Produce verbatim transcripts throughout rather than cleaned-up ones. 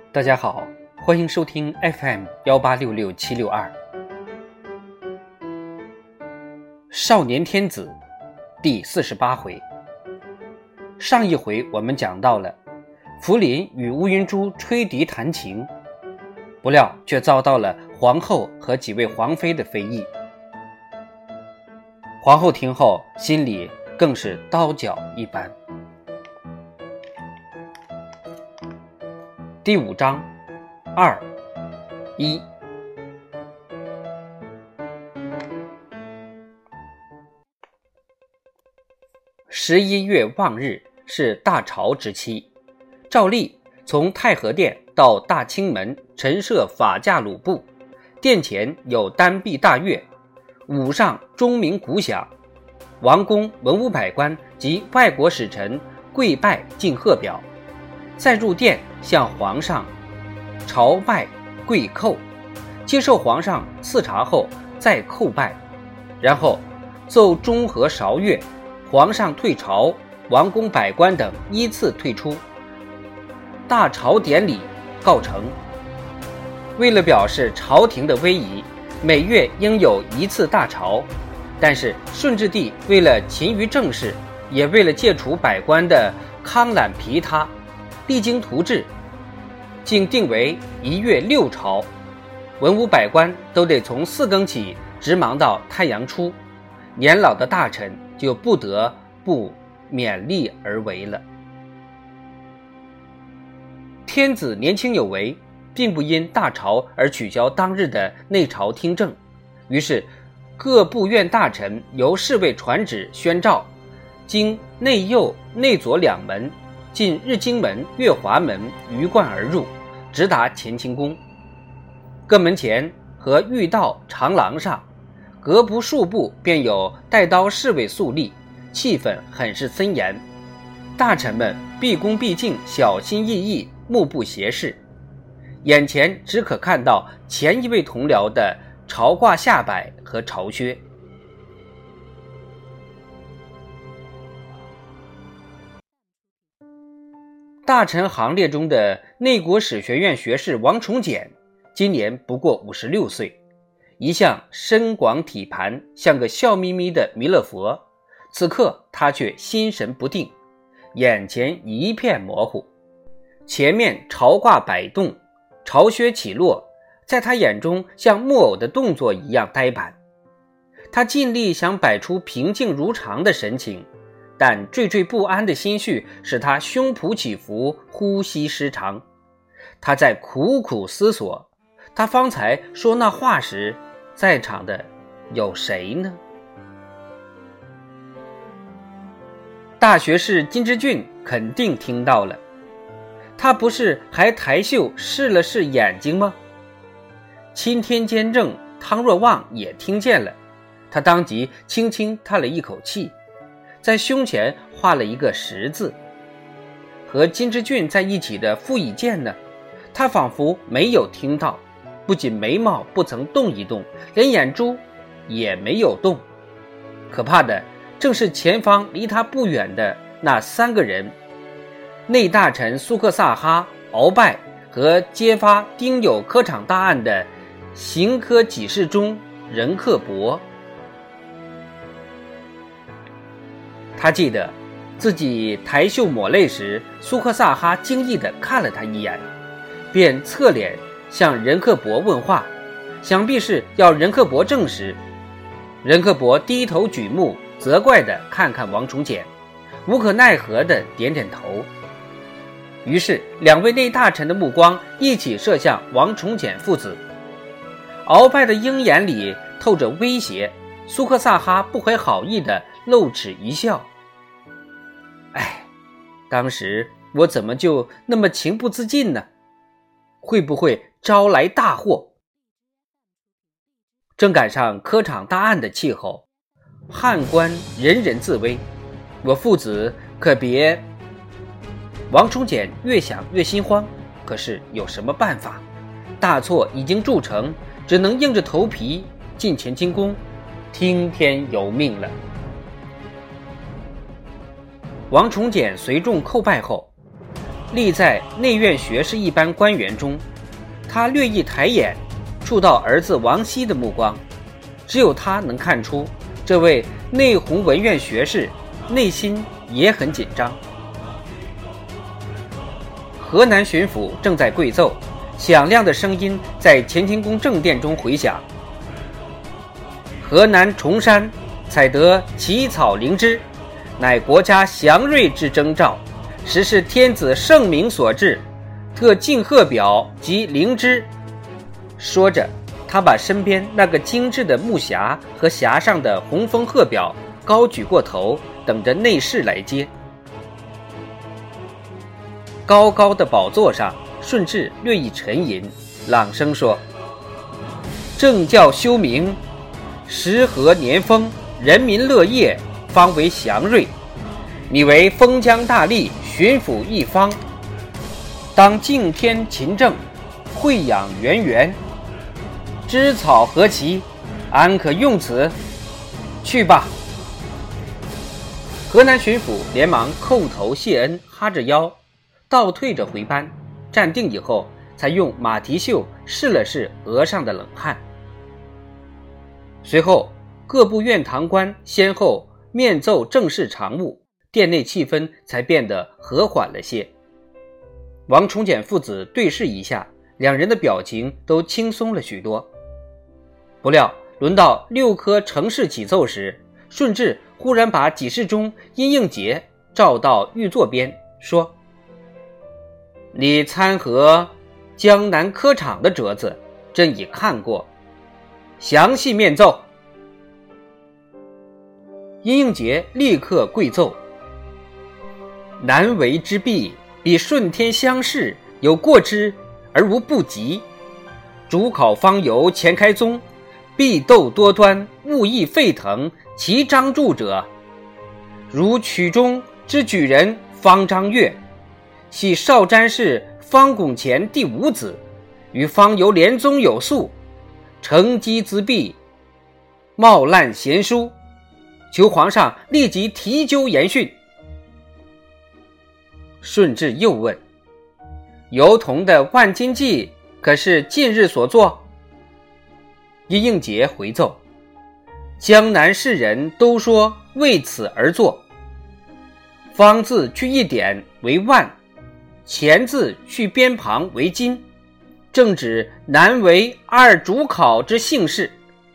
大家好，欢迎收听 F M 一八六六七六二。少年天子第四十八回。上一回我们讲到了福临与乌云珠吹笛弹琴，不料却遭到了皇后和几位皇妃的非议。皇后听后心里更是刀绞一般。第五章二一。十一月望日是大朝之期，照例从太和殿到大清门陈设法驾鲁布，殿前有单臂大乐，午上钟鸣鼓响，王公文武百官及外国使臣跪拜进贺表，再入殿向皇上朝拜跪叩，接受皇上赐茶后再叩拜，然后奏中和韶乐，皇上退朝，王公百官等依次退出，大朝典礼告成。为了表示朝廷的威仪，每月应有一次大朝，但是顺治帝为了勤于政事，也为了戒除百官的康懒疲沓，励精图治，竟定为一月六朝，文武百官都得从四更起直忙到太阳出，年老的大臣就不得不勉力而为了。天子年轻有为，并不因大朝而取消当日的内朝听政，于是各部院大臣由侍卫传旨宣诏，经内右内左两门，进日经门、月华门，鱼贯而入，直达乾清宫。各门前和御道长廊上隔不数步便有带刀侍卫肃立，气氛很是森严。大臣们毕恭毕敬，小心翼翼，目不斜视，眼前只可看到前一位同僚的朝褂下摆和朝靴。大臣行列中的内国史学院学士王崇简今年不过五十六岁，一向身广体盘，像个笑眯眯的弥勒佛，此刻他却心神不定，眼前一片模糊，前面朝褂摆动，朝靴起落，在他眼中像木偶的动作一样呆板。他尽力想摆出平静如常的神情，但惴惴不安的心绪使他胸脯起伏，呼吸失常。他在苦苦思索，他方才说那话时，在场的有谁呢？大学士金之俊肯定听到了，他不是还抬袖试了试眼睛吗？钦天监正汤若望也听见了，他当即轻轻叹了一口气，在胸前画了一个十字。和金之俊在一起的傅以健呢，他仿佛没有听到，不仅眉毛不曾动一动，连眼珠也没有动。可怕的正是前方离他不远的那三个人，内大臣苏克萨哈、鳌拜和揭发丁酉科场大案的刑科给事中任克伯。他记得自己抬袖抹泪时，苏克萨哈惊异地看了他一眼，便侧脸向任克伯问话，想必是要任克伯证实。任克伯低头举目，责怪地看看王崇简，无可奈何地点点头。于是两位内大臣的目光一起射向王崇简父子。鳌拜的鹰眼里透着威胁，苏克萨哈不怀好意地露齿一笑。哎，当时我怎么就那么情不自禁呢？会不会招来大祸？正赶上科场大案的气候，汉官人人自危，我父子可别……王崇简越想越心慌，可是有什么办法？大错已经铸成，只能硬着头皮进乾清宫，听天由命了。王崇简随众叩拜后， 立在内院学士一般官员中，他略一抬眼，触到儿子王熙的目光，只有他能看出这位内弘文院学士内心也很紧张。河南巡抚正在跪奏，响亮的声音在乾清宫正殿中回响。河南崇山采得奇草灵芝，乃国家祥瑞之征兆，实是天子圣明所致，特进贺表及灵芝。说着，他把身边那个精致的木匣和匣上的红枫贺表高举过头，等着内侍来接。高高的宝座上，顺治略一沉吟，朗声说：政教修明，时和年丰，人民乐业，方为祥瑞。你为封疆大吏，巡抚一方，当敬天勤政，惠养源源。知草何其，安可用此？去吧。河南巡抚连忙叩头谢恩，哈着腰倒退着回班，站定以后才用马蹄袖试了试额上的冷汗。随后各部院堂官先后面奏正式常务，殿内气氛才变得和缓了些。王崇简父子对视一下，两人的表情都轻松了许多。不料轮到六科程式起奏时，顺治忽然把给事中殷应杰召到御座边，说：你参合江南科场的折子，朕已看过，详细面奏。殷应杰立刻跪奏：难为之弊，比顺天乡试有过之而无不及。主考方由钱开宗，必斗多端，物议沸腾，其章著者，如曲中之举人方章岳，系少詹事方拱乾第五子，与方由连宗有宿，乘机自毙，冒滥贤书，求皇上立即提究严训。顺治又问：尤同的万金记可是近日所作？殷应杰回奏：江南士人都说为此而作。方字去一点为万，钱字去边旁为金，正指难为二主考之姓氏。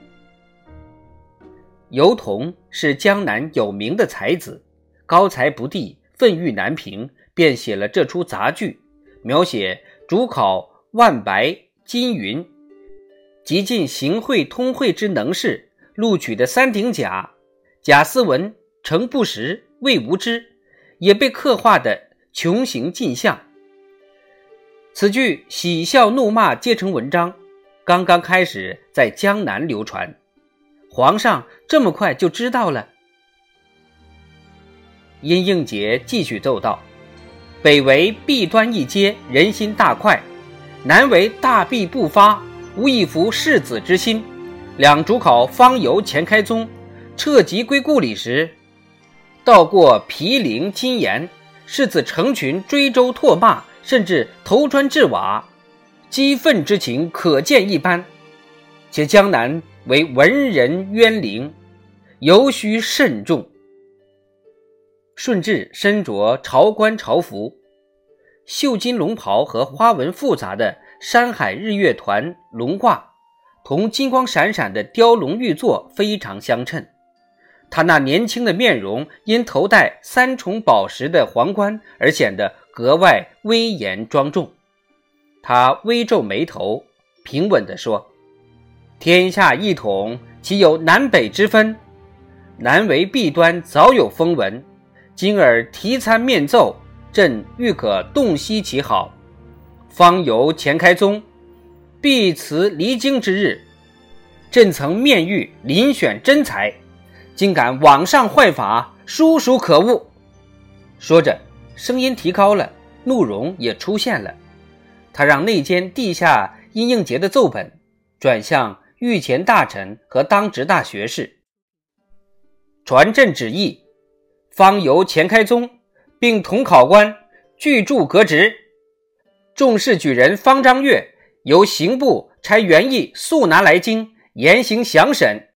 尤同是江南有名的才子，高才不第，愤郁难平，便写了这出杂剧，描写主考万白、金云极尽行会通会之能事，录取的三顶甲，贾思文、程不识、魏无知，也被刻画的穷形尽相。此剧喜笑怒骂皆成文章，刚刚开始在江南流传，皇上这么快就知道了。殷应杰继续奏道：北为弊端一阶，人心大快；南为大弊不发，无一服世子之心。两主考方由钱开宗撤籍归故里时，到过毗陵金岩，世子成群追舟唾骂，甚至投砖掷瓦，激愤之情可见一斑。且江南为文人冤灵，尤须慎重。顺治身着朝冠朝服，绣金龙袍和花纹复杂的山海日月团龙褂同金光闪闪的雕龙玉座非常相称。他那年轻的面容因头戴三重宝石的皇冠而显得格外威严庄重。他微皱眉头，平稳地说：天下一统，岂有南北之分？南为弊端早有风闻，今尔提参面奏，朕欲可洞悉其好。方由钱开宗必辞离京之日，朕曾面谕遴选真才，竟敢枉上坏法，殊属可恶。说着声音提高了，怒容也出现了。他让内监递下殷应杰的奏本，转向御前大臣和当值大学士，传朕旨意，方由钱开宗并同考官具著革职。众事举人方章岳由刑部差原议速拿来京，严刑详审。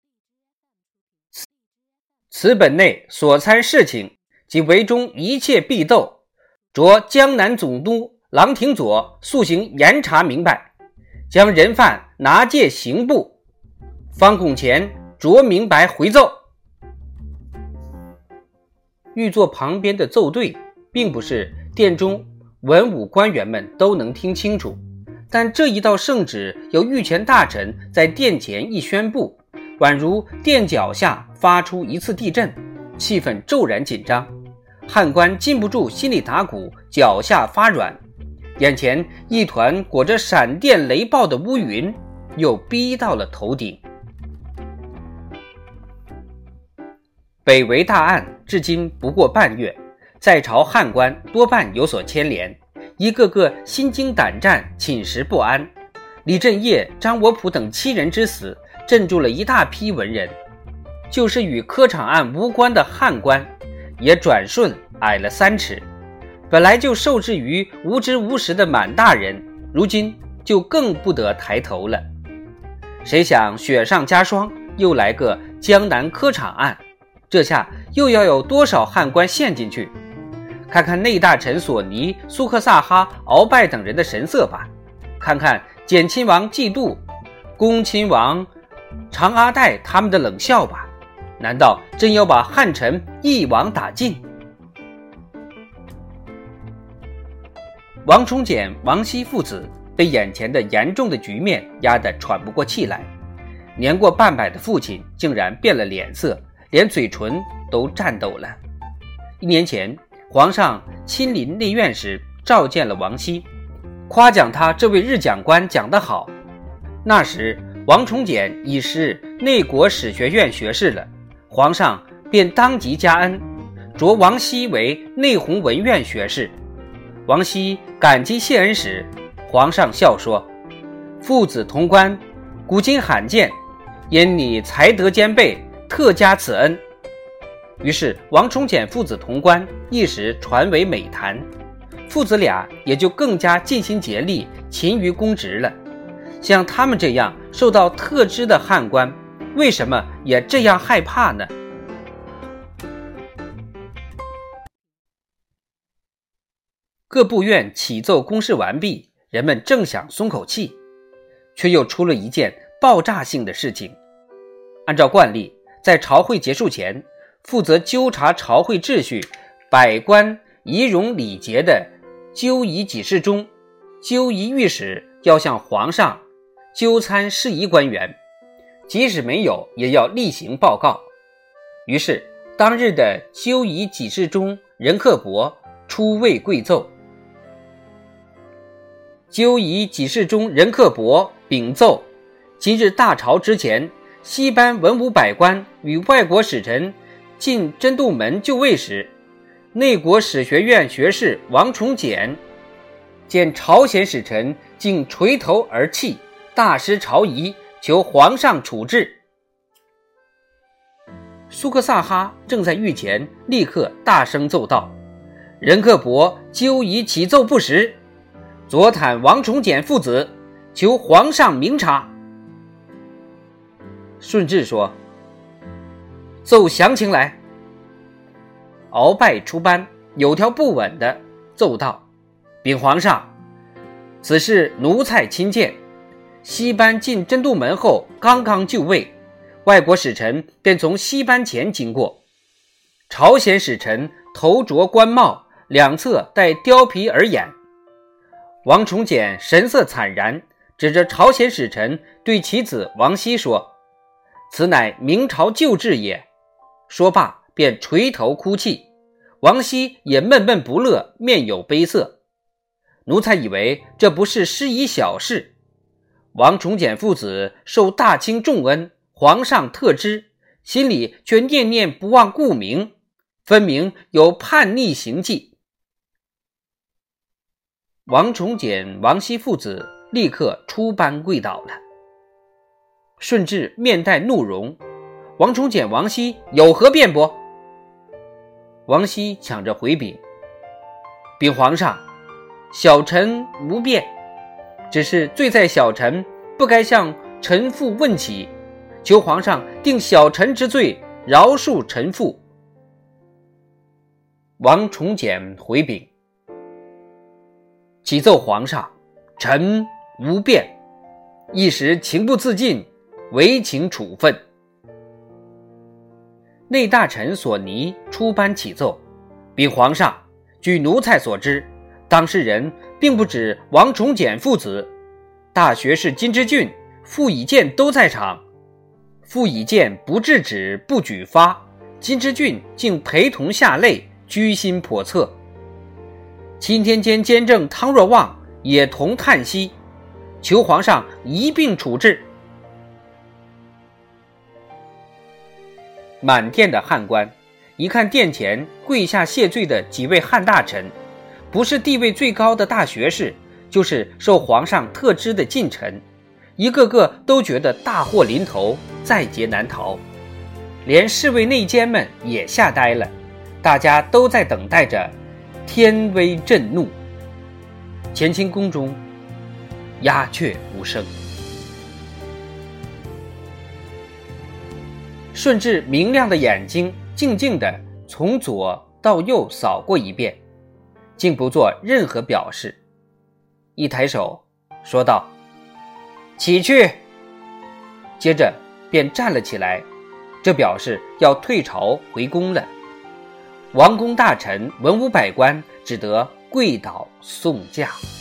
此本内所参事情及围中一切必斗，着江南总督郎廷佐速行严查明白，将人犯拿借刑部。方拱前着明白回奏。御座旁边的奏对并不是殿中文武官员们都能听清楚，但这一道圣旨由御前大臣在殿前一宣布，宛如殿脚下发出一次地震，气氛骤然紧张，汉官禁不住心里打鼓，脚下发软，眼前一团裹着闪电雷暴的乌云又逼到了头顶。北围大案至今不过半月，在朝汉官多半有所牵连，一个个心惊胆战，寝食不安。李振业、张国普等七人之死镇住了一大批文人，就是与科场案无关的汉官也转瞬矮了三尺。本来就受制于无知无识的满大人，如今就更不得抬头了。谁想雪上加霜，又来个江南科场案，这下又要有多少汉官陷进去？看看内大臣索尼、苏克萨哈、鳌拜等人的神色吧，看看简亲王季度、恭亲王长阿代他们的冷笑吧，难道真要把汉臣一网打尽？王崇简、王熙父子被眼前的严重的局面压得喘不过气来，年过半百的父亲竟然变了脸色，连嘴唇都颤抖了。一年前，皇上亲临内院时召见了王熙，夸奖他这位日讲官讲得好。那时王崇简已是内国史学院学士了，皇上便当即加恩，擢王熙为内弘文院学士。王熙感激谢恩时，皇上笑说：父子同官，古今罕见，因你才德兼备，特加此恩。于是王崇简父子同官一时传为美谈，父子俩也就更加尽心竭力，勤于公职了。像他们这样受到特知的汉官，为什么也这样害怕呢？各部院启奏公事完毕，人们正想松口气，却又出了一件爆炸性的事情。按照惯例，在朝会结束前，负责纠察朝会秩序、百官仪容礼节的纠仪给事中、纠仪御史要向皇上纠参事宜官员，即使没有也要例行报告。于是当日的纠仪给事中任克伯出位跪奏。纠仪给事中任克伯禀奏：今日大朝之前，西班文武百官与外国使臣进真度门就位时，内国史学院学士王崇简见朝鲜使臣竟垂头而泣，大失朝仪，求皇上处置。苏克萨哈正在御前，立刻大声奏道：任克伯纠仪启奏不实，左袒王崇简父子，求皇上明察。顺治说：奏详情来。鳌拜出班，有条不紊地奏道：禀皇上，此事奴才亲见。西班进真度门后刚刚就位，外国使臣便从西班前经过，朝鲜使臣头着官帽，两侧戴貂皮耳眼。王崇简神色惨然，指着朝鲜使臣对其子王熙说：此乃明朝旧制也。说罢便垂头哭泣，王熙也闷闷不乐，面有悲色。奴才以为这不是失仪小事，王崇简父子受大清重恩，皇上特知，心里却念念不忘故名，分明有叛逆行迹。王崇简、王熙父子立刻出班跪倒了。顺治面带怒容：王崇简、王熙有何辩驳？王熙抢着回禀： 禀皇上，小臣无变，只是罪在小臣，不该向臣父问起，求皇上定小臣之罪，饶恕臣父。”王崇简回禀：“启奏皇上，臣无变，一时情不自禁，唯请处分。”内大臣索尼出班启奏：“禀皇上，据奴才所知，当事人并不止王崇简父子，大学士金之俊、傅以渐都在场。傅以渐不制止不举发，金之俊竟陪同下泪，居心叵测。钦天监监正汤若望也同叹息，求皇上一并处置。”满殿的汉官一看殿前跪下谢罪的几位汉大臣，不是地位最高的大学士，就是受皇上特知的近臣，一个个都觉得大祸临头，在劫难逃。连侍卫内监们也吓呆了，大家都在等待着天威震怒。乾清宫中鸦雀无声。顺治明亮的眼睛静静地从左到右扫过一遍，竟不做任何表示，一抬手说道：“起去。”接着便站了起来，这表示要退朝回宫了。王公大臣、文武百官只得跪倒送驾。